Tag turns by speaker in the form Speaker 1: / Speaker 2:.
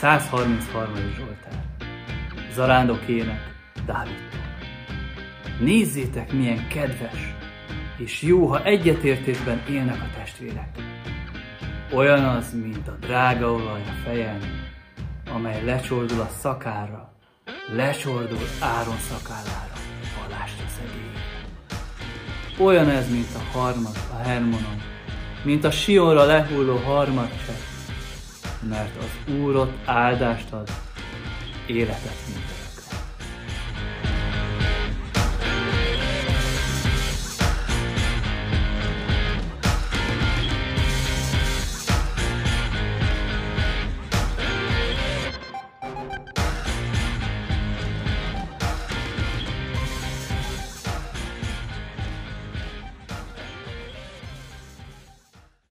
Speaker 1: 133. Zsoltár. Zarándok ének Dávidtól. Nézzétek, milyen kedves és jó, ha egyetértésben élnek a testvérek. Olyan az, mint a drága olaj a fejen, amely lecsordul a szakára, lecsordul Áron szakállára, palástja szegély. Olyan ez, mint a harmad a Hermonon, mint a Sionra lehulló harmadcsepp, mert az Úr ott áldást ad, életet mint